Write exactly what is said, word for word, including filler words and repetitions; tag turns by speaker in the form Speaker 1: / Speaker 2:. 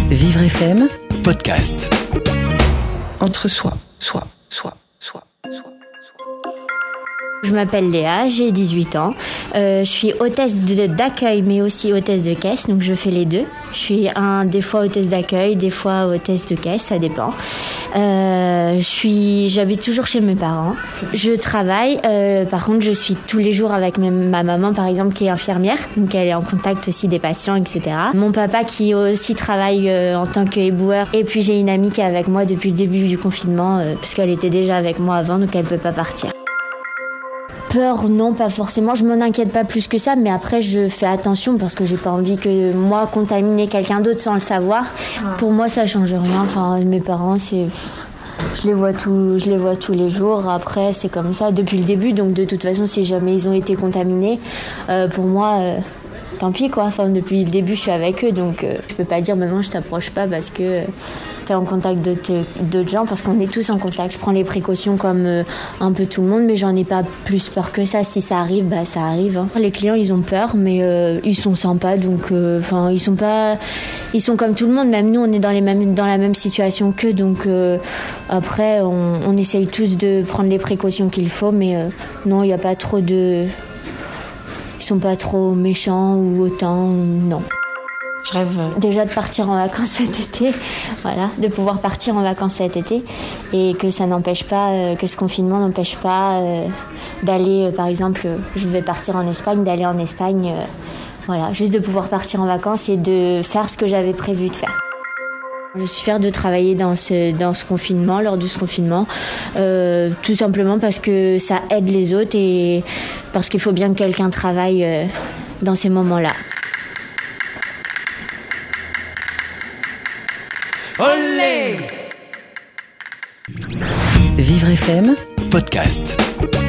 Speaker 1: Vivre F M,
Speaker 2: podcast.
Speaker 1: Entre soi, soi, soi, soi, soi, soi.
Speaker 3: Je m'appelle Léa, j'ai dix-huit ans. Euh, je suis hôtesse de, d'accueil, mais aussi hôtesse de caisse, donc je fais les deux. Je suis un, des fois hôtesse d'accueil, des fois hôtesse de caisse, ça dépend. Euh, je suis, j'habite toujours chez mes parents. Je travaille, euh, par contre, je suis tous les jours avec ma, ma maman, par exemple, qui est infirmière, donc elle est en contact aussi des patients, et cetera. Mon papa qui aussi travaille euh, en tant qu'éboueur. Et puis j'ai une amie qui est avec moi depuis le début du confinement, euh, parce qu'elle était déjà avec moi avant, donc elle peut pas partir. Peur, non, pas forcément. Je m'en inquiète pas plus que ça, mais après, je fais attention parce que j'ai pas envie que moi contaminer quelqu'un d'autre sans le savoir. Ouais. Pour moi, ça change rien. Enfin, mes parents, c'est, je les vois tous, je les vois tous les jours. Après, c'est comme ça depuis le début. Donc, de toute façon, si jamais ils ont été contaminés, euh, pour moi, euh, tant pis quoi. Enfin, depuis le début, je suis avec eux, donc euh, je peux pas dire maintenant je t'approche pas parce que euh, t'es en contact d'autres, d'autres gens, parce qu'on est tous en contact. Je prends les précautions comme euh, un peu tout le monde, mais j'en ai pas plus peur que ça. Si ça arrive, bah ça arrive. Hein. Les clients, ils ont peur, mais euh, ils sont sympas, donc enfin euh, ils sont pas, ils sont comme tout le monde. Même nous, on est dans les mêmes, dans la même situation qu'eux, donc euh, après, on, on essaye tous de prendre les précautions qu'il faut, mais euh, non, il y a pas trop de Ils sont pas trop méchants ou autant, non. Je rêve déjà de partir en vacances cet été, voilà, de pouvoir partir en vacances cet été et que ça n'empêche pas, euh, que ce confinement n'empêche pas euh, d'aller, euh, par exemple, je vais partir en Espagne, d'aller en Espagne, euh, voilà, juste de pouvoir partir en vacances et de faire ce que j'avais prévu de faire. Je suis fière de travailler dans ce, dans ce confinement, lors de ce confinement, euh, tout simplement parce que ça aide les autres et parce qu'il faut bien que quelqu'un travaille euh, dans ces moments-là.
Speaker 2: Olé!
Speaker 1: Vivre F M,
Speaker 2: podcast.